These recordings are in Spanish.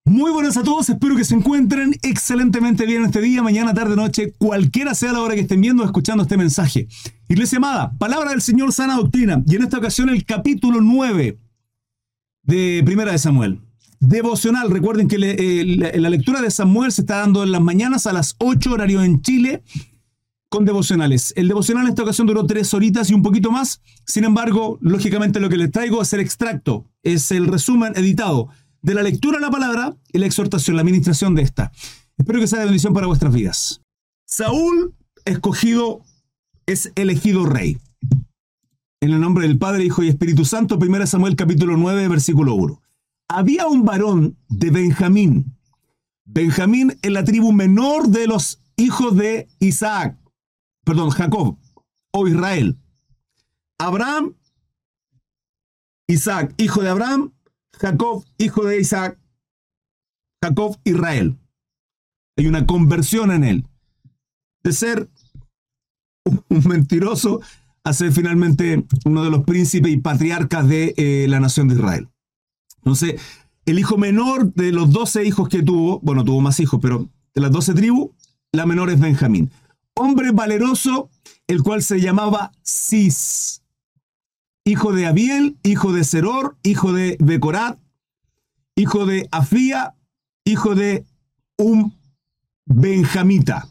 Muy buenas a todos, espero que se encuentren excelentemente bien este día, mañana, tarde, noche, cualquiera sea la hora que estén viendo o escuchando este mensaje. Iglesia amada, palabra del Señor, sana doctrina, y en esta ocasión el capítulo 9 de Primera de Samuel. Devocional, recuerden que la lectura de Samuel se está dando en las mañanas a las 8 horario en Chile, con devocionales. El devocional en esta ocasión duró 3 horitas y un poquito más, sin embargo, lógicamente lo que les traigo es el extracto, es el resumen editado de la lectura de la palabra y la exhortación, la administración de esta. Espero que sea de bendición para vuestras vidas. Saúl es elegido rey. En el nombre del Padre, Hijo y Espíritu Santo, 1 Samuel capítulo 9, versículo 1. Había un varón de Benjamín. Benjamín es la tribu menor de los hijos de Jacob o Israel. Abraham, Isaac, hijo de Abraham, Jacob, hijo de Isaac, Jacob, Israel. Hay una conversión en él. De ser un mentiroso a ser finalmente uno de los príncipes y patriarcas de la nación de Israel. Entonces, el hijo menor de los 12 hijos que tuvo, bueno, tuvo más hijos, pero de las 12 tribus, la menor es Benjamín. Hombre valeroso, el cual se llamaba Cis. Hijo de Abiel, hijo de Seror, hijo de Becorat, hijo de Afía, hijo de un benjamita.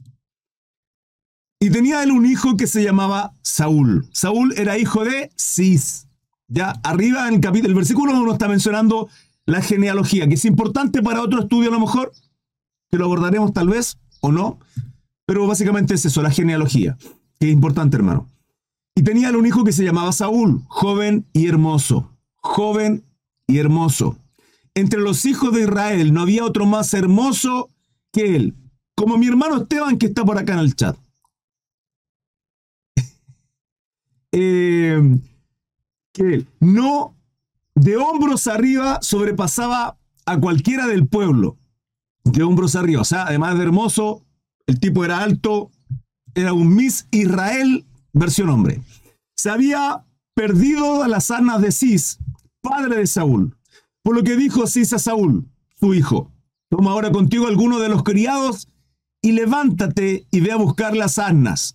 Y tenía él un hijo que se llamaba Saúl. Saúl era hijo de Cis. Ya arriba en el versículo 1 está mencionando la genealogía, que es importante para otro estudio a lo mejor, que lo abordaremos tal vez o no, pero básicamente es eso, la genealogía, que es importante, hermano. Y tenía un hijo que se llamaba Saúl, joven y hermoso. Joven y hermoso. Entre los hijos de Israel no había otro más hermoso que él. Como mi hermano Esteban, que está por acá en el chat. Que él. No, de hombros arriba sobrepasaba a cualquiera del pueblo. De hombros arriba. O sea, además de hermoso, el tipo era alto, era un Miss Israel versión hombre. Se había perdido a las armas de Cis, padre de Saúl. Por lo que dijo Cis a Saúl, su hijo: toma ahora contigo alguno de los criados y levántate y ve a buscar las asnas.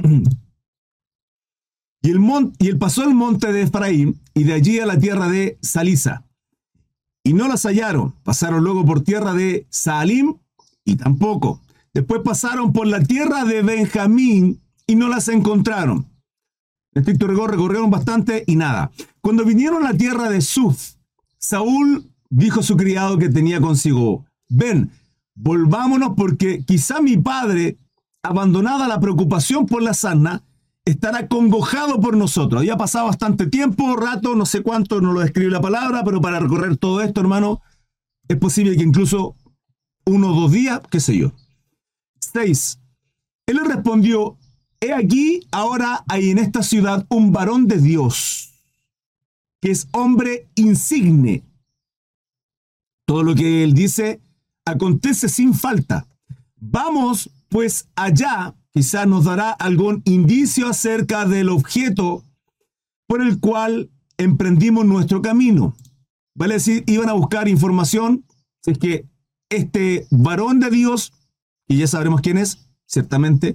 Y él pasó el monte de Efraín y de allí a la tierra de Salisa. Y no las hallaron. Pasaron luego por tierra de Saalim y tampoco. Después pasaron por la tierra de Benjamín y no las encontraron. En estricto rigor recorrieron bastante y nada. Cuando vinieron a la tierra de Suf, Saúl dijo a su criado que tenía consigo: ven, volvámonos, porque quizá mi padre, abandonada la preocupación por la asna, estará congojado por nosotros. Había pasado bastante tiempo, rato, no sé cuánto, no lo describe la palabra, pero para recorrer todo esto, hermano, es posible que incluso 1 o 2 días, qué sé yo. 6. Él le respondió: he aquí, ahora hay en esta ciudad un varón de Dios, que es hombre insigne. Todo lo que él dice acontece sin falta. Vamos pues allá, quizás nos dará algún indicio acerca del objeto por el cual emprendimos nuestro camino. Vale decir, iban a buscar información, si es que este varón de Dios, y ya sabremos quién es, ciertamente,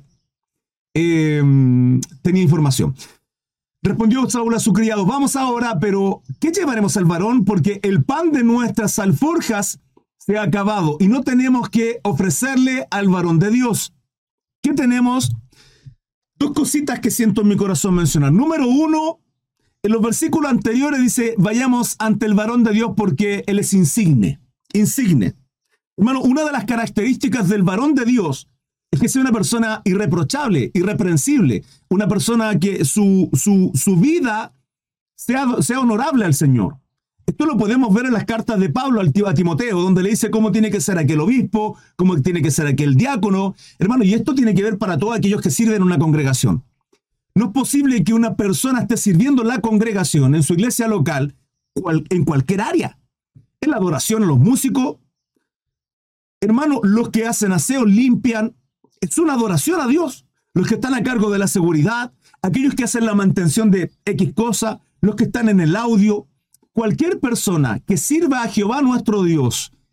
tenía información. Respondió Saúl a su criado: vamos ahora, pero ¿qué llevaremos al varón? Porque el pan de nuestras alforjas se ha acabado y no tenemos que ofrecerle al varón de Dios. ¿Qué tenemos? 2 cositas que siento en mi corazón mencionar. Número 1, en los versículos anteriores dice: vayamos ante el varón de Dios porque él es insigne. Insigne. Hermano, una de las características del varón de Dios es que sea una persona irreprochable, irreprensible, una persona que su vida sea honorable al Señor. Esto lo podemos ver en las cartas de Pablo a Timoteo, donde le dice cómo tiene que ser aquel obispo, cómo tiene que ser aquel diácono. Hermano, y esto tiene que ver para todos aquellos que sirven en una congregación. No es posible que una persona esté sirviendo en la congregación, en su iglesia local, en cualquier área. En la adoración, en los músicos. Hermano, los que hacen aseo, limpian, es una adoración a Dios. Los que están a cargo de la seguridad, aquellos que hacen la mantención de X cosa, los que están en el audio. Cualquier persona que sirva a Jehová nuestro Dios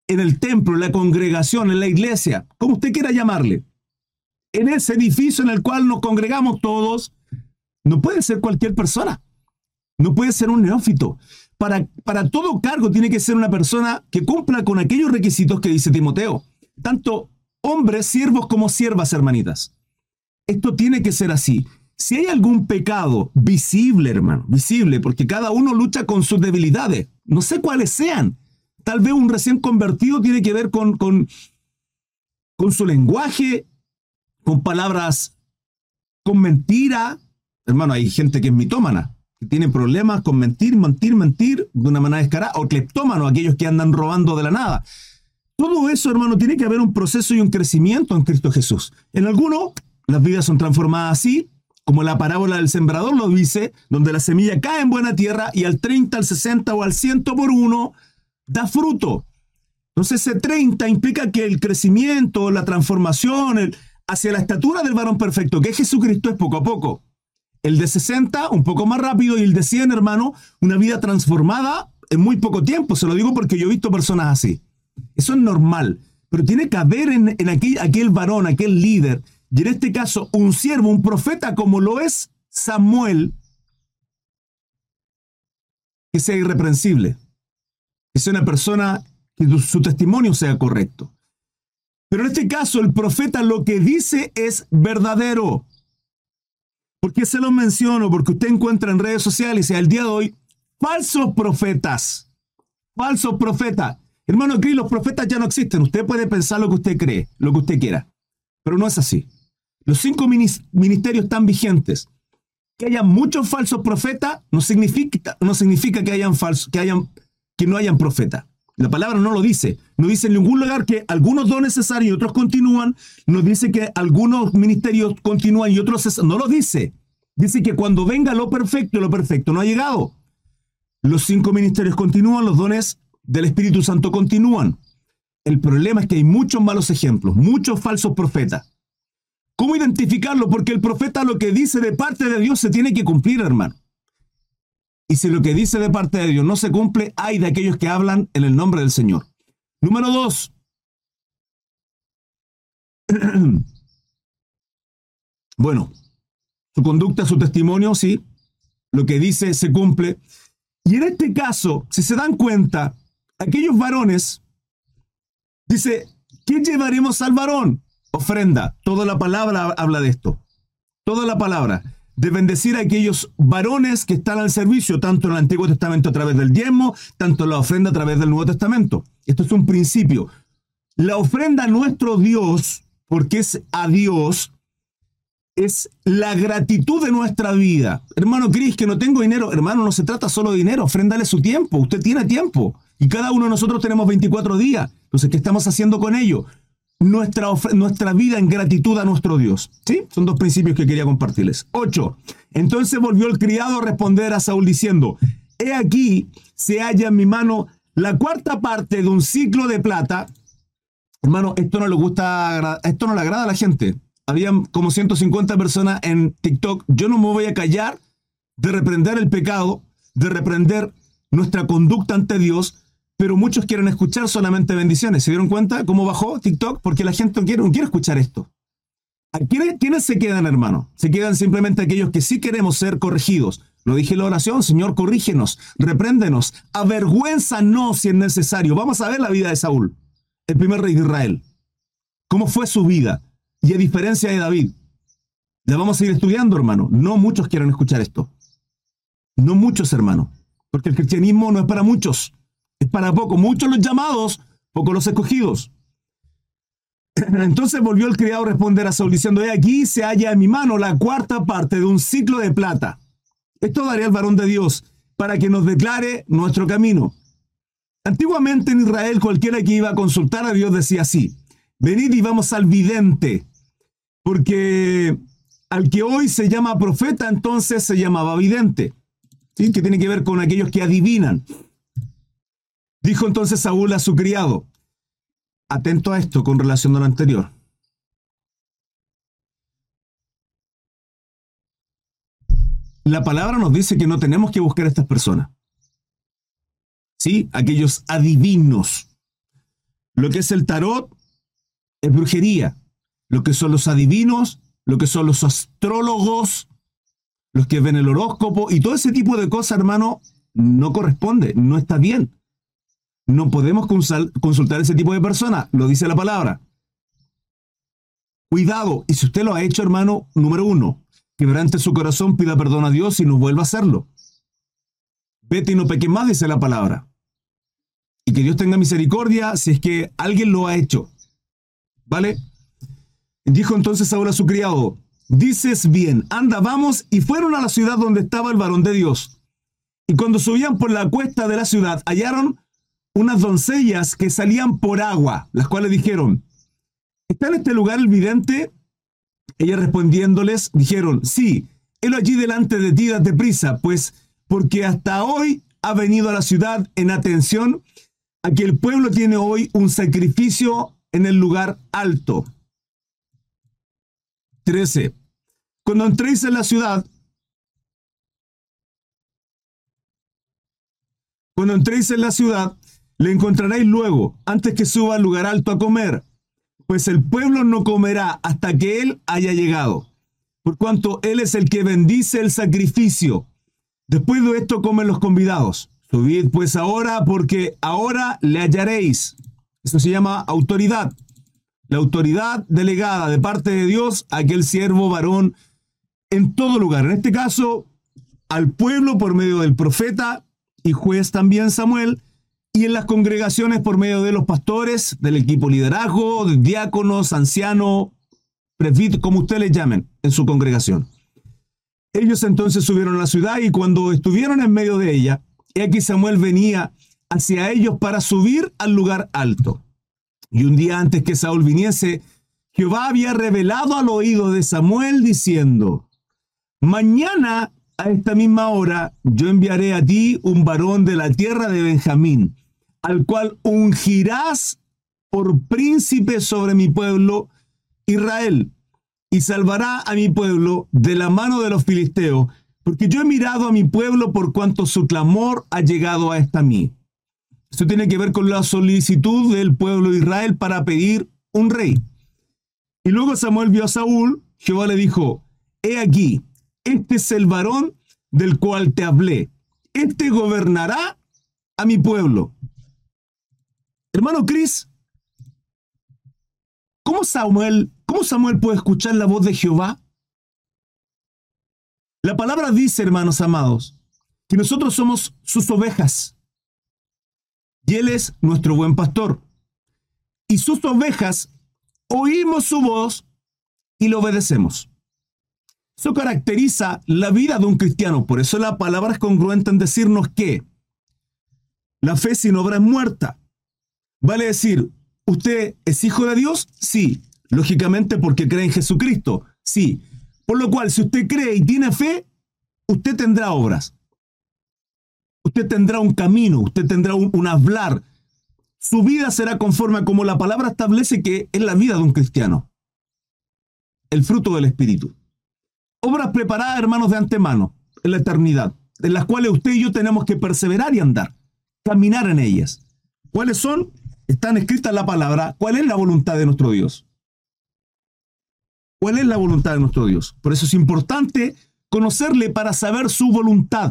en el templo, en la congregación, en la iglesia, como usted quiera llamarle, en ese edificio en el cual nos congregamos todos, no puede ser cualquier persona, no puede ser un neófito. Para todo cargo tiene que ser una persona que cumpla con aquellos requisitos que dice Timoteo, tanto hombres, siervos como siervas, hermanitas. Esto tiene que ser así. Si hay algún pecado visible, hermano, visible, porque cada uno lucha con sus debilidades, no sé cuáles sean. Tal vez un recién convertido tiene que ver con su lenguaje, con palabras, con mentira. Hermano, hay gente que es mitómana, que tiene problemas con mentir de una manera descarada, o cleptómano, aquellos que andan robando de la nada. Todo eso, hermano, tiene que haber un proceso y un crecimiento en Cristo Jesús. En algunos, las vidas son transformadas así, como la parábola del sembrador lo dice, donde la semilla cae en buena tierra y al 30, al 60 o al 100 por uno da fruto. Entonces ese 30 implica que el crecimiento, la transformación hacia la estatura del varón perfecto, que es Jesucristo, es poco a poco. El de 60, un poco más rápido, y el de 100, hermano, una vida transformada en muy poco tiempo. Se lo digo porque yo he visto personas así. Eso es normal, pero tiene que haber en aquel varón, aquel líder, y en este caso un siervo, un profeta como lo es Samuel, que sea irreprensible, que sea una persona que su testimonio sea correcto. Pero en este caso el profeta lo que dice es verdadero. ¿Por qué se lo menciono? Porque usted encuentra en redes sociales y al día de hoy falsos profetas. Falsos profetas. Hermano, aquí los profetas ya no existen. Usted puede pensar lo que usted cree, lo que usted quiera. Pero no es así. Los 5 ministerios están vigentes. Que haya muchos falsos profetas no significa que no hayan profetas. La palabra no lo dice. No dice en ningún lugar que algunos dones cesaron y otros continúan. No dice que algunos ministerios continúan y otros cesaron. No lo dice. Dice que cuando venga lo perfecto no ha llegado. Los 5 ministerios continúan, los dones del Espíritu Santo continúan. El problema es que hay muchos malos ejemplos, muchos falsos profetas. ¿Cómo identificarlo? Porque el profeta lo que dice de parte de Dios se tiene que cumplir, hermano. Y si lo que dice de parte de Dios no se cumple, hay de aquellos que hablan en el nombre del Señor. Número 2. Bueno, su conducta, su testimonio, sí. Lo que dice se cumple. Y en este caso, si se dan cuenta, aquellos varones, dice, ¿qué llevaremos al varón? Ofrenda. Toda la palabra habla de esto. Toda la palabra. De bendecir a aquellos varones que están al servicio, tanto en el Antiguo Testamento a través del diezmo, tanto en la ofrenda a través del Nuevo Testamento. Esto es un principio. La ofrenda a nuestro Dios, porque es a Dios, es la gratitud de nuestra vida. Hermano Cris, que no tengo dinero. Hermano, no se trata solo de dinero. Ofréndale su tiempo. Usted tiene tiempo. Y cada uno de nosotros tenemos 24 días. Entonces, ¿qué estamos haciendo con ello? Nuestra vida en gratitud a nuestro Dios. ¿Sí? Son 2 principios que quería compartirles. 8. Entonces volvió el criado a responder a Saúl diciendo, he aquí se halla en mi mano la 4ª parte de un ciclo de plata. Hermano, esto no le agrada a la gente. Habían como 150 personas en TikTok. Yo no me voy a callar de reprender el pecado, de reprender nuestra conducta ante Dios, pero muchos quieren escuchar solamente bendiciones. ¿Se dieron cuenta cómo bajó TikTok? Porque la gente no quiere escuchar esto. ¿A quiénes se quedan, hermano? Se quedan simplemente aquellos que sí queremos ser corregidos. Lo dije en la oración, Señor, corrígenos, repréndenos, avergüénzanos si es necesario. Vamos a ver la vida de Saúl, el primer rey de Israel. ¿Cómo fue su vida? Y a diferencia de David, la vamos a ir estudiando, hermano. No muchos quieren escuchar esto. No muchos, hermano. Porque el cristianismo no es para muchos. Es para pocos. Muchos los llamados, pocos los escogidos. Entonces volvió el criado a responder a Saúl diciendo, he aquí se halla en mi mano la 4ª parte de un ciclo de plata. Esto daría al varón de Dios para que nos declare nuestro camino. Antiguamente en Israel cualquiera que iba a consultar a Dios decía así, venid y vamos al vidente, porque al que hoy se llama profeta entonces se llamaba vidente, ¿sí? Que tiene que ver con aquellos que adivinan. Dijo entonces Saúl a su criado, atento a esto con relación a lo anterior. La palabra nos dice que no tenemos que buscar a estas personas. ¿Sí? Aquellos adivinos. Lo que es el tarot es brujería. Lo que son los adivinos, lo que son los astrólogos, los que ven el horóscopo y todo ese tipo de cosas, hermano, no corresponde, no está bien. No podemos consultar a ese tipo de personas, lo dice la palabra. Cuidado, y si usted lo ha hecho, hermano, número 1, quebrante su corazón, pida perdón a Dios y no vuelva a hacerlo. Vete y no peques más, dice la palabra. Y que Dios tenga misericordia si es que alguien lo ha hecho. ¿Vale? Dijo entonces Saúl a su criado, dices bien, anda, vamos, y fueron a la ciudad donde estaba el varón de Dios. Y cuando subían por la cuesta de la ciudad, hallaron unas doncellas que salían por agua, las cuales dijeron, ¿está en este lugar el vidente? Ellas respondiéndoles, dijeron, sí, helo allí delante de ti, date prisa, pues porque hasta hoy ha venido a la ciudad en atención a que el pueblo tiene hoy un sacrificio en el lugar alto. 13. Cuando entréis en la ciudad, le encontraréis luego, antes que suba al lugar alto a comer, pues el pueblo no comerá hasta que él haya llegado, por cuanto él es el que bendice el sacrificio. Después de esto comen los convidados. Subid pues ahora, porque ahora le hallaréis. Eso se llama autoridad. La autoridad delegada de parte de Dios a aquel siervo varón en todo lugar. En este caso, al pueblo por medio del profeta y juez también Samuel, y en las congregaciones por medio de los pastores, del equipo liderazgo, de diáconos, ancianos, presbíteros, como ustedes les llamen, en su congregación. Ellos entonces subieron a la ciudad y cuando estuvieron en medio de ella, he aquí Samuel venía hacia ellos para subir al lugar alto. Y un día antes que Saúl viniese, Jehová había revelado al oído de Samuel diciendo, mañana a esta misma hora yo enviaré a ti un varón de la tierra de Benjamín, al cual ungirás por príncipe sobre mi pueblo Israel, y salvará a mi pueblo de la mano de los filisteos, porque yo he mirado a mi pueblo por cuanto su clamor ha llegado hasta mí. Esto tiene que ver con la solicitud del pueblo de Israel para pedir un rey. Y luego Samuel vio a Saúl, Jehová le dijo, he aquí, este es el varón del cual te hablé. Este gobernará a mi pueblo. Hermano Cris, ¿cómo Samuel puede escuchar la voz de Jehová? La palabra dice, hermanos amados, que nosotros somos sus ovejas. Y Él es nuestro buen pastor. Y sus ovejas oímos su voz y le obedecemos. Eso caracteriza la vida de un cristiano. Por eso la palabra es congruente en decirnos que la fe sin obra es muerta. Vale decir, ¿usted es hijo de Dios? Sí. Lógicamente porque cree en Jesucristo. Sí. Por lo cual, si usted cree y tiene fe, usted tendrá obras. Usted tendrá un camino, usted tendrá un hablar. Su vida será conforme a como la palabra establece que es la vida de un cristiano. El fruto del Espíritu. Obras preparadas, hermanos, de antemano, en la eternidad, en las cuales usted y yo tenemos que perseverar y andar, caminar en ellas. ¿Cuáles son? Están escritas en la palabra. ¿Cuál es la voluntad de nuestro Dios? ¿Cuál es la voluntad de nuestro Dios? Por eso es importante conocerle para saber su voluntad.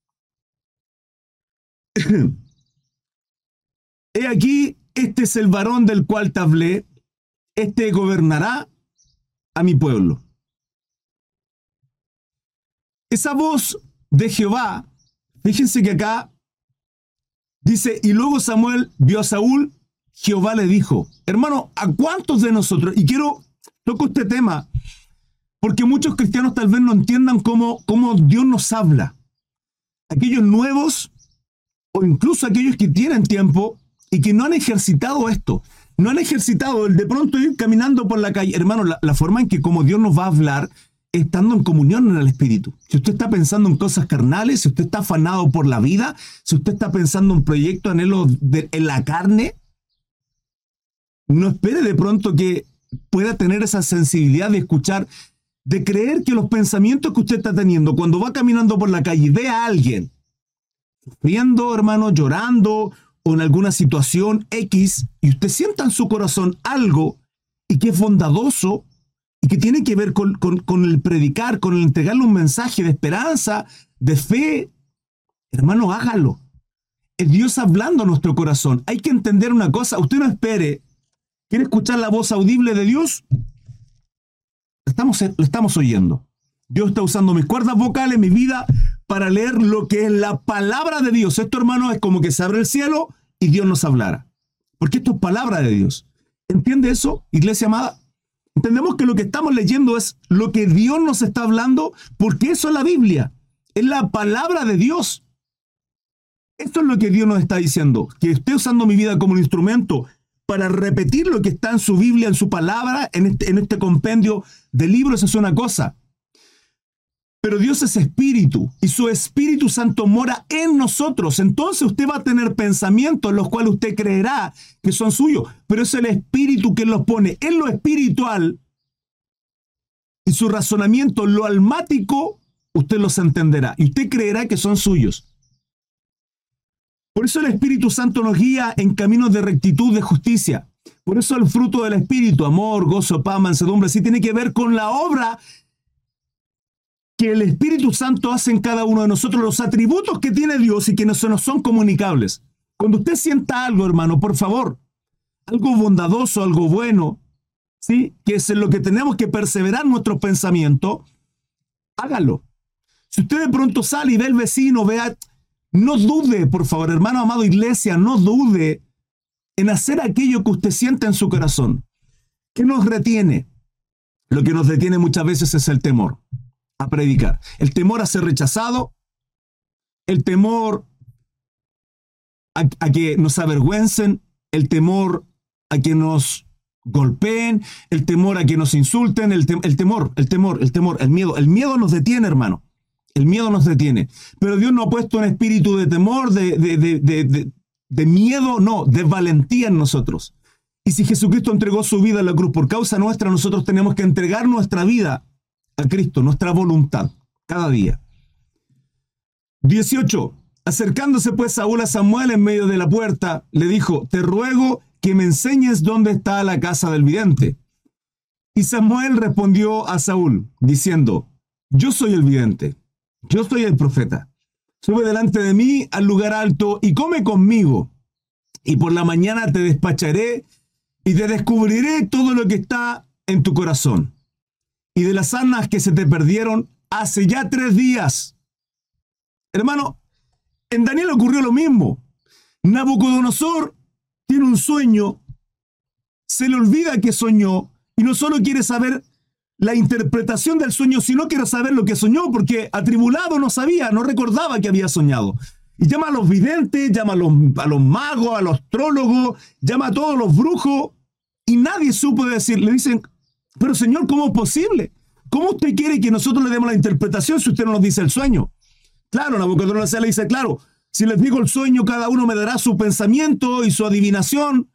He aquí, este es el varón del cual te hablé, este gobernará a mi pueblo. Esa voz de Jehová, fíjense que acá dice, y luego Samuel vio a Saúl, Jehová le dijo, hermano, ¿a cuántos de nosotros? Y toco este tema, porque muchos cristianos tal vez no entiendan cómo Dios nos habla. Aquellos nuevos, o incluso aquellos que tienen tiempo y que no han ejercitado esto, no han ejercitado el de pronto ir caminando por la calle. Hermano, la forma en que como Dios nos va a hablar, estando en comunión en el Espíritu. Si usted está pensando en cosas carnales, si usted está afanado por la vida, si usted está pensando en proyectos, anhelos en la carne, no espere de pronto que pueda tener esa sensibilidad de escuchar, de creer que los pensamientos que usted está teniendo cuando va caminando por la calle y ve a alguien sufriendo, hermano, llorando o en alguna situación X y usted sienta en su corazón algo y que es bondadoso y que tiene que ver con el predicar, con el entregarle un mensaje de esperanza, de fe, hermano, hágalo. Es Dios hablando a nuestro corazón. Hay que entender una cosa, usted no espere. ¿Quiere escuchar la voz audible de Dios? Lo estamos oyendo. Dios está usando mis cuerdas vocales, mi vida, para leer lo que es la palabra de Dios. Esto, hermano, es como que se abre el cielo y Dios nos hablara. Porque esto es palabra de Dios. ¿Entiende eso, iglesia amada? Entendemos que lo que estamos leyendo es lo que Dios nos está hablando, porque eso es la Biblia. Es la palabra de Dios. Esto es lo que Dios nos está diciendo. Que esté usando mi vida como un instrumento para repetir lo que está en su Biblia, en su palabra, en este compendio de libros, es una cosa. Pero Dios es espíritu y su Espíritu Santo mora en nosotros. Entonces usted va a tener pensamientos en los cuales usted creerá que son suyos. Pero es el Espíritu que los pone en lo espiritual y su razonamiento, lo almático, usted los entenderá y usted creerá que son suyos. Por eso el Espíritu Santo nos guía en caminos de rectitud, de justicia. Por eso el fruto del Espíritu, amor, gozo, paz, mansedumbre, sí tiene que ver con la obra que el Espíritu Santo hace en cada uno de nosotros, los atributos que tiene Dios y que no se nos son comunicables. Cuando usted sienta algo, hermano, por favor, algo bondadoso, algo bueno, ¿sí? Que es en lo que tenemos que perseverar nuestro pensamiento, hágalo. Si usted de pronto sale y ve al vecino, vea, no dude, por favor, hermano amado, iglesia, no dude en hacer aquello que usted siente en su corazón. ¿Qué nos retiene? Lo que nos detiene muchas veces es el temor a predicar, el temor a ser rechazado, el temor a que nos avergüencen, el temor a que nos golpeen, el temor a que nos insulten, el temor, el miedo nos detiene, hermano, el miedo nos detiene, pero Dios no ha puesto un espíritu de temor, de miedo, no, de valentía en nosotros. Y si Jesucristo entregó su vida en la cruz por causa nuestra, nosotros tenemos que entregar nuestra vida a Cristo, nuestra voluntad, cada día. 18. Acercándose pues Saúl a Samuel en medio de la puerta, le dijo, te ruego que me enseñes dónde está la casa del vidente. Y Samuel respondió a Saúl, diciendo, yo soy el vidente, yo soy el profeta. Sube delante de mí al lugar alto y come conmigo. Y por la mañana te despacharé y te descubriré todo lo que está en tu corazón. Y de las armas que se te perdieron hace ya 3 días. Hermano, en Daniel ocurrió lo mismo. Nabucodonosor tiene un sueño, se le olvida que soñó y no solo quiere saber la interpretación del sueño, sino quiere saber lo que soñó, porque atribulado no sabía, no recordaba que había soñado. Y llama a los videntes, llama a los magos, a los astrólogos, llama a todos los brujos y nadie supo decir. Le dicen, pero Señor, ¿cómo es posible? ¿Cómo usted quiere que nosotros le demos la interpretación si usted no nos dice el sueño? Claro, Nabucodonosor le dice, claro, si les digo el sueño, cada uno me dará su pensamiento y su adivinación.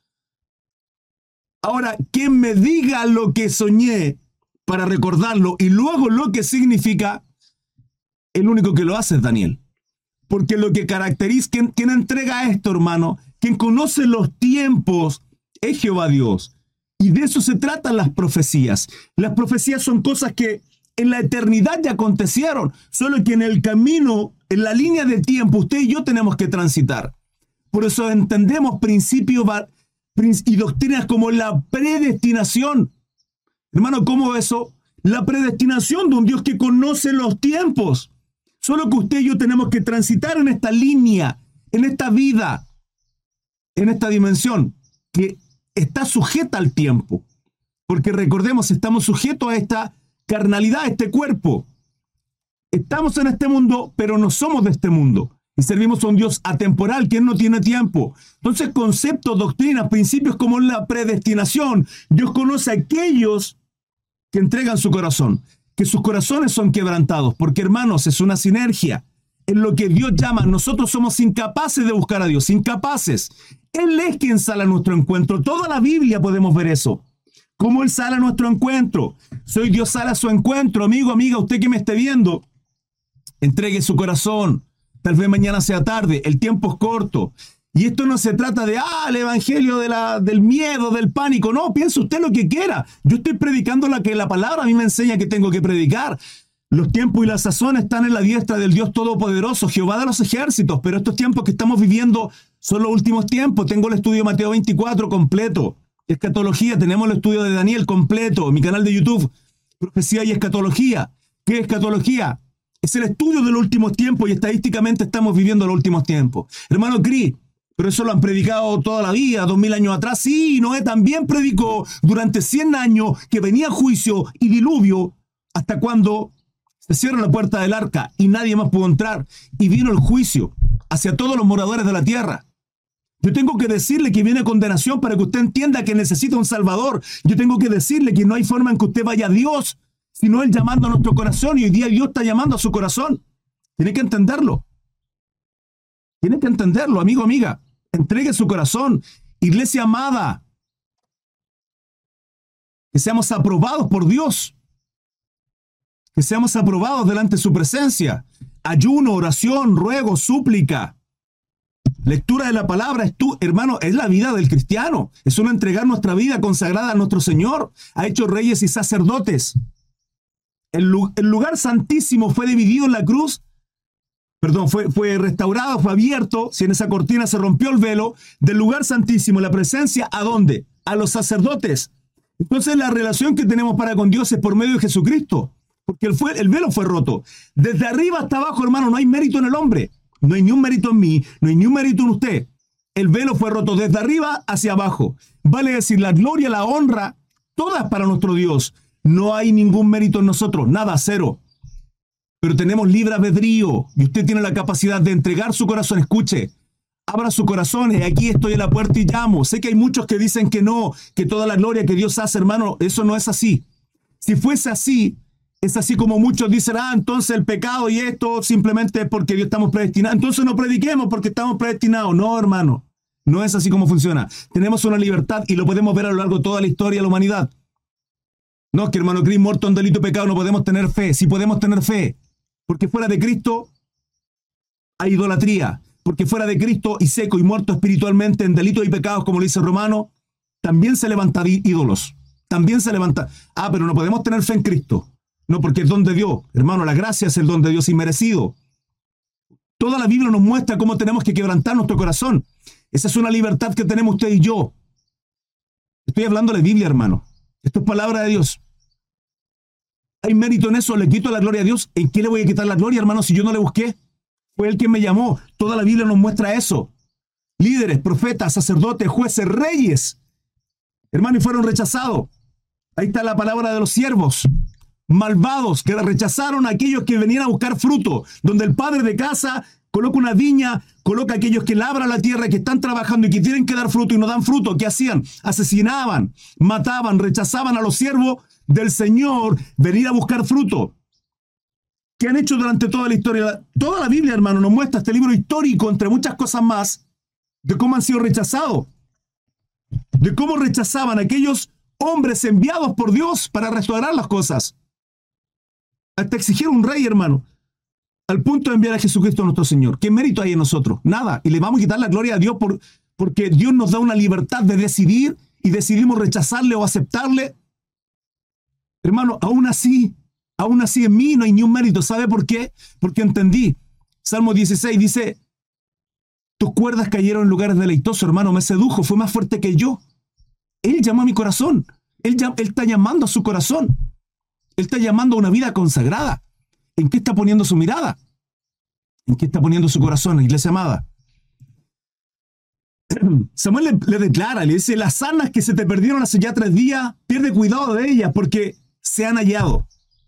Ahora, quien me diga lo que soñé para recordarlo y luego lo que significa, el único que lo hace es Daniel. Porque lo que caracteriza, quien entrega esto, hermano, quien conoce los tiempos, es Jehová Dios. Y de eso se tratan las profecías. Las profecías son cosas que en la eternidad ya acontecieron, solo que en el camino, en la línea de tiempo, usted y yo tenemos que transitar. Por eso entendemos principios y doctrinas como la predestinación. Hermano, ¿cómo eso? La predestinación de un Dios que conoce los tiempos. Solo que usted y yo tenemos que transitar en esta línea, en esta vida, en esta dimensión que está sujeta al tiempo. Porque recordemos, estamos sujetos a esta carnalidad, a este cuerpo. Estamos en este mundo, pero no somos de este mundo. Y servimos a un Dios atemporal, que no tiene tiempo. Entonces, conceptos, doctrinas, principios como la predestinación. Dios conoce a aquellos que entregan su corazón, que sus corazones son quebrantados. Porque, hermanos, es una sinergia. En lo que Dios llama, nosotros somos incapaces de buscar a Dios, incapaces. Él es quien sale a nuestro encuentro. Toda la Biblia podemos ver eso. Cómo Él sale a nuestro encuentro. Soy Dios, sale a su encuentro. Amigo, amiga, usted que me esté viendo, entregue su corazón. Tal vez mañana sea tarde. El tiempo es corto. Y esto no se trata de, el evangelio del miedo, del pánico. No, piense usted lo que quiera. Yo estoy predicando la que la palabra a mí me enseña que tengo que predicar. Los tiempos y la sazón están en la diestra del Dios Todopoderoso, Jehová de los ejércitos. Pero estos tiempos que estamos viviendo son los últimos tiempos. Tengo el estudio de Mateo 24 completo. Escatología, tenemos el estudio de Daniel completo. Mi canal de YouTube, Profecía y Escatología. ¿Qué es escatología? Es el estudio de los últimos tiempos y estadísticamente estamos viviendo los últimos tiempos. Hermano Cris, pero eso lo han predicado toda la vida, 2000 años atrás. Sí, Noé también predicó durante 100 años que venía juicio y diluvio hasta cuando se cierra la puerta del arca y nadie más pudo entrar. Y vino el juicio hacia todos los moradores de la tierra. Yo tengo que decirle que viene condenación para que usted entienda que necesita un Salvador. Yo tengo que decirle que no hay forma en que usted vaya a Dios, sino Él llamando a nuestro corazón. Y hoy día Dios está llamando a su corazón. Tiene que entenderlo. Tiene que entenderlo, amigo, amiga. Entregue su corazón. Iglesia amada. Que seamos aprobados por Dios. Que seamos aprobados delante de su presencia. Ayuno, oración, ruego, súplica. Lectura de la palabra, hermano, es la vida del cristiano. Es un entregar nuestra vida consagrada a nuestro Señor. Ha hecho reyes y sacerdotes. El lugar santísimo fue dividido en la cruz. Fue restaurado, fue abierto. Si en esa cortina se rompió el velo, del lugar santísimo, la presencia, ¿a dónde? A los sacerdotes. Entonces la relación que tenemos para con Dios es por medio de Jesucristo. Porque el velo fue roto. Desde arriba hasta abajo, hermano, no hay mérito en el hombre. No hay ni un mérito en mí, no hay ni un mérito en usted. El velo fue roto desde arriba hacia abajo. Vale decir, la gloria, la honra, todas para nuestro Dios. No hay ningún mérito en nosotros, nada, cero. Pero tenemos libre albedrío y usted tiene la capacidad de entregar su corazón. Escuche, abra su corazón y aquí estoy a la puerta y llamo. Sé que hay muchos que dicen que no, que toda la gloria que Dios hace, hermano, eso no es así. Si fuese así, es así como muchos dicen, entonces el pecado y esto simplemente es porque Dios estamos predestinados. Entonces no prediquemos porque estamos predestinados. No, hermano, no es así como funciona. Tenemos una libertad y lo podemos ver a lo largo de toda la historia de la humanidad. No, que hermano Cris, muerto en delito y pecado, no podemos tener fe. Sí podemos tener fe, porque fuera de Cristo hay idolatría. Porque fuera de Cristo y seco y muerto espiritualmente en delitos y pecados, como lo dice Romano, también se levantan ídolos. También se levanta. Pero no podemos tener fe en Cristo. No, porque es don de Dios. Hermano, la gracia es el don de Dios inmerecido. Toda la Biblia nos muestra cómo tenemos que quebrantar nuestro corazón. Esa es una libertad que tenemos usted y yo. Estoy hablando de Biblia, hermano. Esto es palabra de Dios. ¿Hay mérito en eso? ¿Le quito la gloria a Dios? ¿En qué le voy a quitar la gloria, hermano, si yo no le busqué? Fue Él quien me llamó. Toda la Biblia nos muestra eso. Líderes, profetas, sacerdotes, jueces, reyes. Hermano, y fueron rechazados. Ahí está la palabra de los siervos. Malvados que rechazaron a aquellos que venían a buscar fruto, donde el padre de casa coloca una viña, coloca a aquellos que labran la tierra, que están trabajando y que tienen que dar fruto y no dan fruto. ¿Qué hacían? Asesinaban, mataban, rechazaban a los siervos del Señor venir a buscar fruto. ¿Qué han hecho durante toda la historia? Toda la Biblia, hermano, nos muestra este libro histórico, entre muchas cosas más, de cómo han sido rechazados, de cómo rechazaban a aquellos hombres enviados por Dios para restaurar las cosas. Hasta exigir un rey, hermano, al punto de enviar a Jesucristo nuestro Señor. ¿Qué mérito hay en nosotros? Nada. Y le vamos a quitar la gloria a Dios porque Dios nos da una libertad de decidir y decidimos rechazarle o aceptarle. Hermano, aún así en mí no hay ni un mérito. ¿Sabe por qué? Porque entendí. Salmo 16 dice, tus cuerdas cayeron en lugares deleitosos, hermano, me sedujo, fue más fuerte que yo. Él llamó a mi corazón. Él está llamando a su corazón. Él está llamando a una vida consagrada. ¿En qué está poniendo su mirada? ¿En qué está poniendo su corazón, iglesia amada? Samuel le declara, le dice, las asnas que se te perdieron hace ya 3 días, pierde cuidado de ellas porque se han hallado.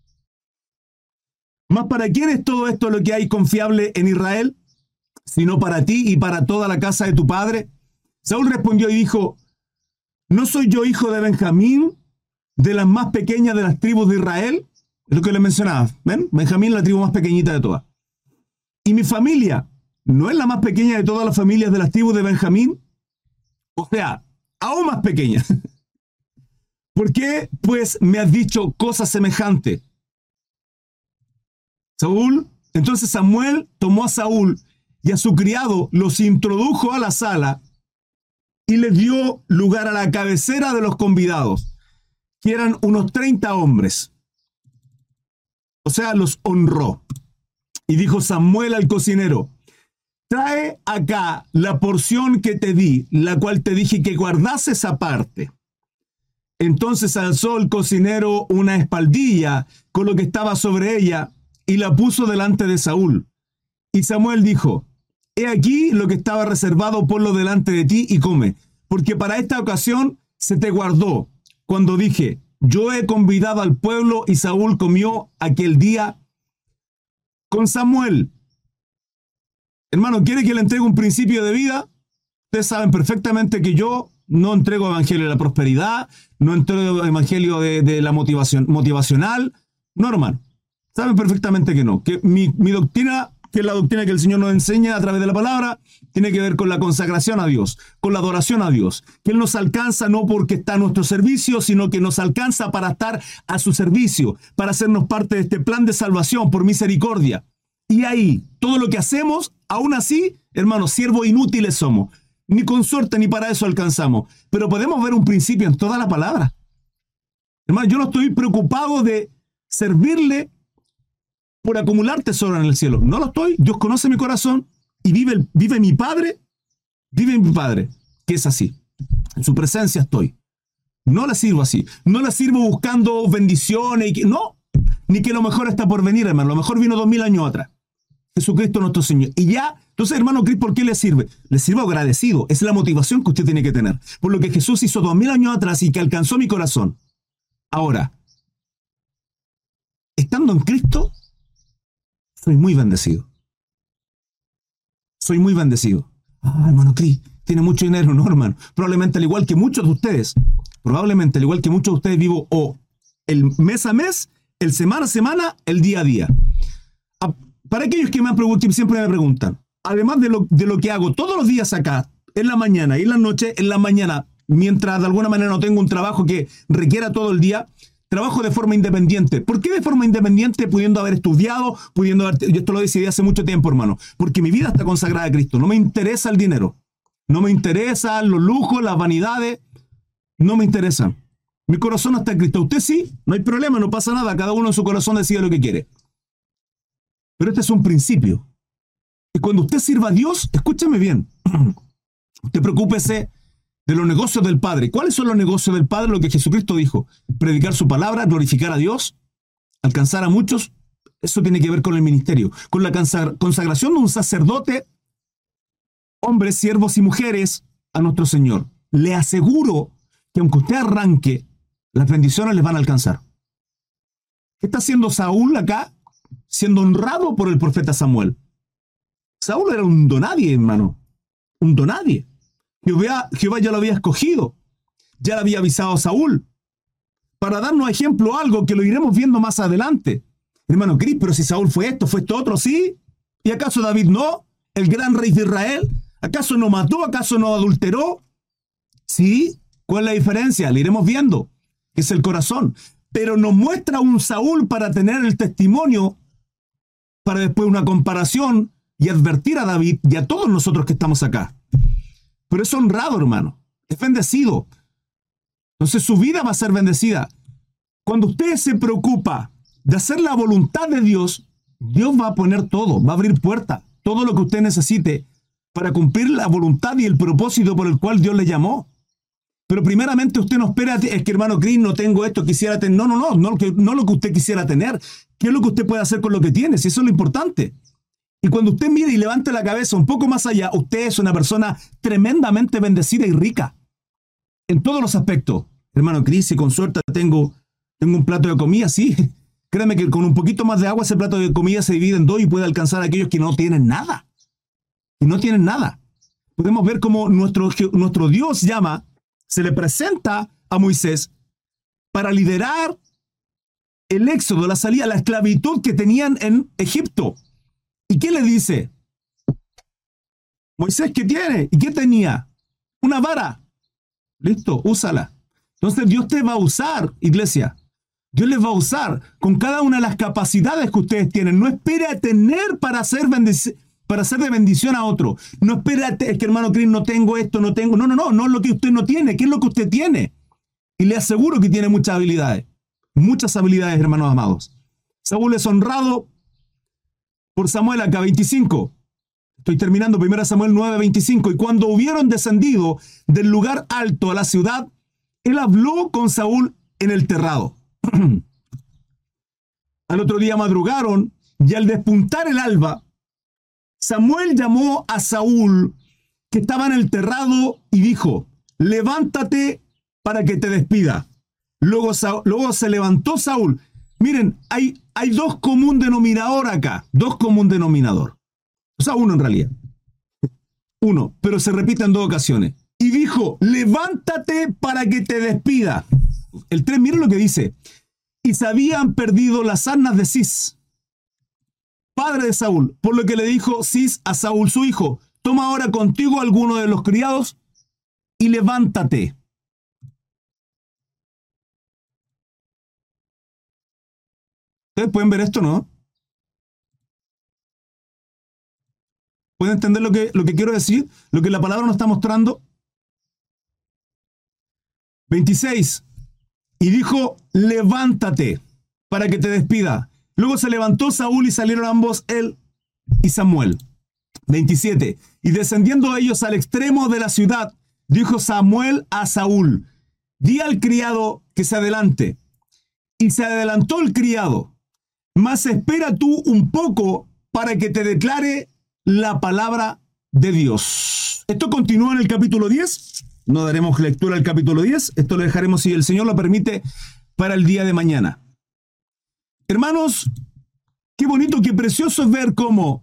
¿Mas para quién es todo esto lo que hay confiable en Israel? Sino para ti y para toda la casa de tu padre. Saúl respondió y dijo, ¿no soy yo hijo de Benjamín, de las más pequeñas de las tribus de Israel? Es lo que le mencionaba. ¿Ven? Benjamín es la tribu más pequeñita de todas. Y mi familia, ¿no es la más pequeña de todas las familias de las tribus de Benjamín? O sea, aún más pequeña. ¿Por qué, pues, me has dicho cosas semejantes? Entonces Samuel tomó a Saúl y a su criado los introdujo a la sala y les dio lugar a la cabecera de los convidados, que eran unos 30 hombres. O sea, los honró. Y dijo Samuel al cocinero: trae acá la porción que te di, la cual te dije que guardases aparte. Entonces alzó el cocinero una espaldilla con lo que estaba sobre ella y la puso delante de Saúl. Y Samuel dijo: he aquí lo que estaba reservado, ponlo delante de ti y come, porque para esta ocasión se te guardó, cuando dije: yo he convidado al pueblo. Y Saúl comió aquel día con Samuel. Hermano, ¿quiere que le entregue un principio de vida? Ustedes saben perfectamente que yo no entrego evangelio de la prosperidad, no entrego evangelio de la motivacional. No, hermano. Saben perfectamente que no. Que mi doctrina, que es la doctrina que el Señor nos enseña a través de la palabra, tiene que ver con la consagración a Dios, con la adoración a Dios. Que Él nos alcanza no porque está a nuestro servicio, sino que nos alcanza para estar a su servicio, para hacernos parte de este plan de salvación por misericordia. Y ahí, todo lo que hacemos, aún así, hermanos, siervos inútiles somos. Ni con suerte ni para eso alcanzamos. Pero podemos ver un principio en toda la palabra. Hermano, yo no estoy preocupado de servirle por acumular tesoro en el cielo. No lo estoy. Dios conoce mi corazón y vive mi Padre, que es así. En su presencia estoy. No la sirvo así. No la sirvo buscando bendiciones. No. Ni que lo mejor está por venir, hermano. Lo mejor vino 2000 años atrás. Jesucristo nuestro Señor. Y ya, entonces, hermano Cris, ¿por qué le sirve? Le sirvo agradecido. Es la motivación que usted tiene que tener. Por lo que Jesús hizo 2000 años atrás y que alcanzó mi corazón. Ahora, estando en Cristo, soy muy bendecido. Soy muy bendecido. Ah, hermano Cris, tiene mucho dinero. No, hermano. Probablemente al igual que muchos de ustedes, vivo o el mes a mes, el semana a semana, el día a día. Para aquellos que siempre me preguntan, además de lo que hago todos los días acá, en la mañana y en la noche, en la mañana, mientras de alguna manera no tengo un trabajo que requiera todo el día, trabajo de forma independiente. ¿Por qué de forma independiente? Pudiendo haber estudiado, yo esto lo decidí hace mucho tiempo, hermano, porque mi vida está consagrada a Cristo. No me interesa el dinero, no me interesan los lujos, las vanidades, no me interesan. Mi corazón está en Cristo. Usted sí, no hay problema, no pasa nada, cada uno en su corazón decide lo que quiere. Pero este es un principio. Y cuando usted sirva a Dios, escúchame bien, usted preocúpese de los negocios del Padre. ¿Cuáles son los negocios del Padre? Lo que Jesucristo dijo: predicar su palabra, glorificar a Dios, alcanzar a muchos. Eso tiene que ver con el ministerio, con la consagración de un sacerdote, hombres, siervos y mujeres, a nuestro Señor. Le aseguro que aunque usted arranque, las bendiciones les van a alcanzar. ¿Qué está haciendo Saúl acá? Siendo honrado por el profeta Samuel. Saúl era un donadie, hermano. Un donadie. Jehová ya lo había escogido. Ya le había avisado a Saúl. Para darnos ejemplo algo que lo iremos viendo más adelante. Hermano Cris, pero si Saúl fue esto otro, ¿sí? ¿Y acaso David no? El gran rey de Israel. ¿Acaso no mató? ¿Acaso no adulteró? ¿Sí? ¿Cuál es la diferencia? Le iremos viendo. Es el corazón. Pero nos muestra un Saúl para tener el testimonio, para después una comparación y advertir a David y a todos nosotros que estamos acá. Pero es honrado, hermano. Es bendecido. Entonces su vida va a ser bendecida. Cuando usted se preocupa de hacer la voluntad de Dios, Dios va a poner todo, va a abrir puertas, todo lo que usted necesite para cumplir la voluntad y el propósito por el cual Dios le llamó. Pero primeramente usted no espera, es que hermano Cris, no tengo esto, quisiera tener. No lo que usted quisiera tener. ¿Qué es lo que usted puede hacer con lo que tiene? Si eso es lo importante. Y cuando usted mire y levante la cabeza un poco más allá, usted es una persona tremendamente bendecida y rica. En todos los aspectos. Hermano Cris, si con suerte tengo un plato de comida, sí. Créeme que con un poquito más de agua ese plato de comida se divide en dos y puede alcanzar a aquellos que no tienen nada. Y no tienen nada. Podemos ver cómo nuestro Dios se le presenta a Moisés para liderar el éxodo, la salida, la esclavitud que tenían en Egipto. ¿Y qué le dice? Moisés, ¿qué tiene? ¿Y qué tenía? Una vara. Listo, úsala. Entonces Dios te va a usar, iglesia. Dios les va a usar con cada una de las capacidades que ustedes tienen. No espere a tener para ser bendecido. para ser de bendición a otro. No espérate, es que hermano Cris, no tengo esto, no tengo. No, no es lo que usted no tiene, ¿qué es lo que usted tiene? Y le aseguro que tiene muchas habilidades, hermanos amados. Saúl es honrado por Samuel acá, 25. Estoy terminando, 1 Samuel 9:25. Y cuando hubieron descendido del lugar alto a la ciudad, él habló con Saúl en el terrado. Al otro día madrugaron, y al despuntar el alba, Samuel llamó a Saúl, que estaba en el terrado, y dijo: levántate para que te despida. Luego se levantó Saúl. Miren, hay dos común denominador acá, dos común denominador. O sea, uno en realidad. Uno, pero se repite en dos ocasiones. Y dijo: levántate para que te despida. El 3, miren lo que dice. Y se habían perdido las asnas de Cis, padre de Saúl, por lo que le dijo Cis a Saúl su hijo: toma ahora contigo alguno de los criados y levántate. ¿Ustedes pueden ver esto, no? ¿Pueden entender lo que quiero decir? Lo que la palabra nos está mostrando. 26. Y dijo: levántate para que te despida. Luego se levantó Saúl y salieron ambos, él y Samuel. 27. Y descendiendo ellos al extremo de la ciudad, dijo Samuel a Saúl: di al criado que se adelante. Y se adelantó el criado. Mas espera tú un poco para que te declare la palabra de Dios. Esto continúa en el capítulo 10. No daremos lectura al capítulo 10. Esto lo dejaremos, si el Señor lo permite, para el día de mañana. Hermanos, qué bonito, qué precioso es ver cómo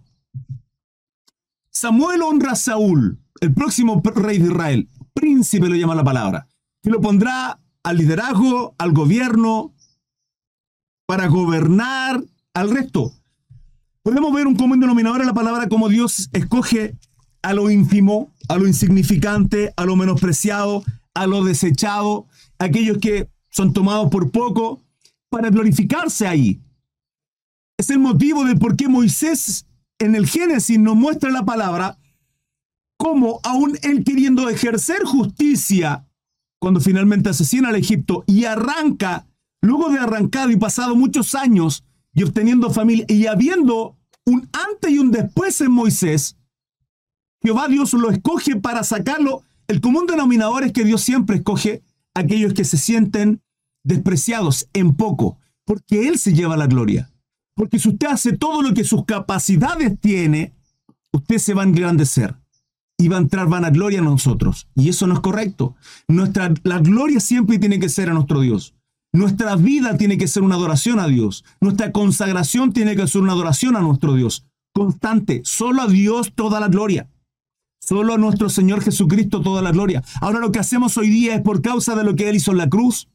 Samuel honra a Saúl, el próximo rey de Israel. Príncipe lo llama la palabra. Que lo pondrá al liderazgo, al gobierno, para gobernar al resto. Podemos ver un común denominador en la palabra, como Dios escoge a lo ínfimo, a lo insignificante, a lo menospreciado, a lo desechado, aquellos que son tomados por poco, para glorificarse ahí. Es el motivo de por qué Moisés en el Génesis nos muestra la palabra cómo aún él, queriendo ejercer justicia, cuando finalmente asesina al Egipto y arranca, luego de arrancado y pasado muchos años y obteniendo familia y habiendo un antes y un después en Moisés, Jehová Dios lo escoge para sacarlo. El común denominador es que Dios siempre escoge a aquellos que se sienten despreciados en poco, porque Él se lleva la gloria. Porque si usted hace todo lo que sus capacidades tiene, usted se va a engrandecer y va a entrar vanagloria en nosotros. Y eso no es correcto. La gloria siempre tiene que ser a nuestro Dios. Nuestra vida tiene que ser una adoración a Dios. Nuestra consagración tiene que ser una adoración a nuestro Dios. Constante. Solo a Dios toda la gloria. Solo a nuestro Señor Jesucristo toda la gloria. Ahora lo que hacemos hoy día es por causa de lo que Él hizo en la cruz.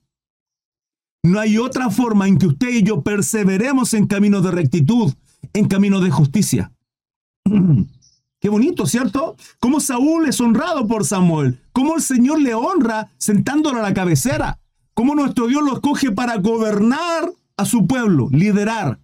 No hay otra forma en que usted y yo perseveremos en caminos de rectitud, en caminos de justicia. Qué bonito, ¿cierto? Cómo Saúl es honrado por Samuel. Cómo el Señor le honra sentándolo a la cabecera. Cómo nuestro Dios lo escoge para gobernar a su pueblo, liderar.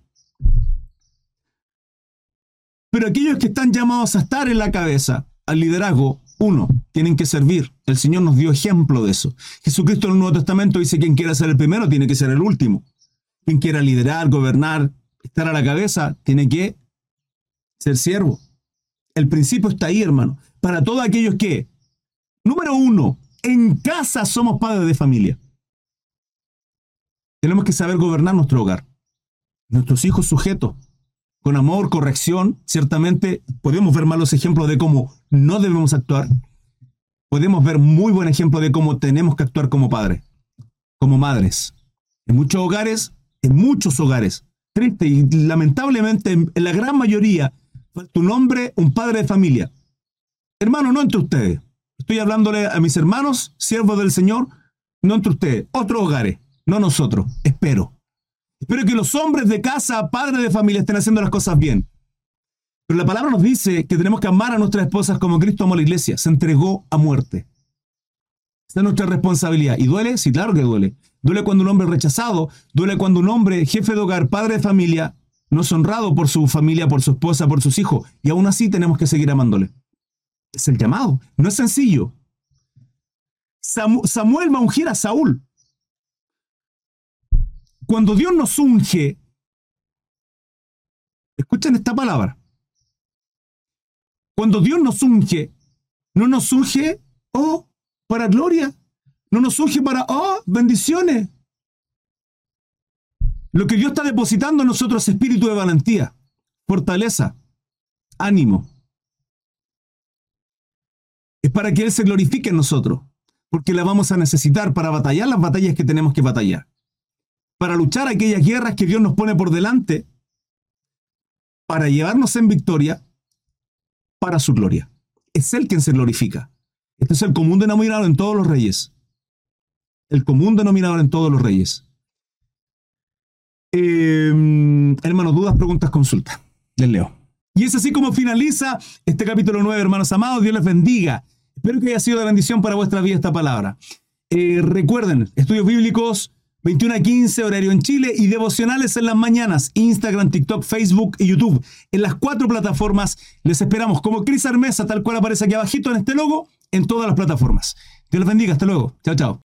Pero aquellos que están llamados a estar en la cabeza, al liderazgo, uno, tienen que servir. El Señor nos dio ejemplo de eso. Jesucristo en el Nuevo Testamento dice: quien quiera ser el primero tiene que ser el último. Quien quiera liderar, gobernar, estar a la cabeza, tiene que ser siervo. El principio está ahí, hermano. Para todos aquellos que, número uno, en casa somos padres de familia. Tenemos que saber gobernar nuestro hogar. Nuestros hijos sujetos, con amor, corrección. Ciertamente podemos ver malos ejemplos de cómo no debemos actuar. Podemos ver muy buen ejemplo de cómo tenemos que actuar como padres, como madres. En muchos hogares, triste y lamentablemente en la gran mayoría, falta un hombre, un padre de familia. Hermano, no entre ustedes. Estoy hablándole a mis hermanos, siervos del Señor, no entre ustedes. Otros hogares, no nosotros. Espero que los hombres de casa, padres de familia, estén haciendo las cosas bien. Pero la palabra nos dice que tenemos que amar a nuestras esposas como Cristo amó a la iglesia. Se entregó a muerte. Esa es nuestra responsabilidad. ¿Y duele? Sí, claro que duele. Duele cuando un hombre es rechazado. Duele cuando un hombre, jefe de hogar, padre de familia, no es honrado por su familia, por su esposa, por sus hijos, y aún así tenemos que seguir amándole. Es el llamado, no es sencillo. Samuel va a ungir a Saúl. Cuando Dios nos unge, escuchen esta palabra. Cuando Dios nos unge, no nos unge, para gloria. No nos unge para, bendiciones. Lo que Dios está depositando en nosotros es espíritu de valentía, fortaleza, ánimo. Es para que Él se glorifique en nosotros, porque la vamos a necesitar para batallar las batallas que tenemos que batallar, para luchar aquellas guerras que Dios nos pone por delante, para llevarnos en victoria, para su gloria. Es Él quien se glorifica. Este es el común denominador en todos los reyes. El común denominador en todos los reyes. Hermanos, dudas, preguntas, consultas. Les leo. Y es así como finaliza este capítulo 9, hermanos amados. Dios les bendiga. Espero que haya sido de bendición para vuestra vida esta palabra. Recuerden, estudios bíblicos 21 a 15, horario en Chile, y devocionales en las mañanas, Instagram, TikTok, Facebook y YouTube. En las 4 plataformas les esperamos como Cris Armesa, tal cual aparece aquí abajito en este logo, en todas las plataformas. Dios les bendiga. Hasta luego. Chao, chao.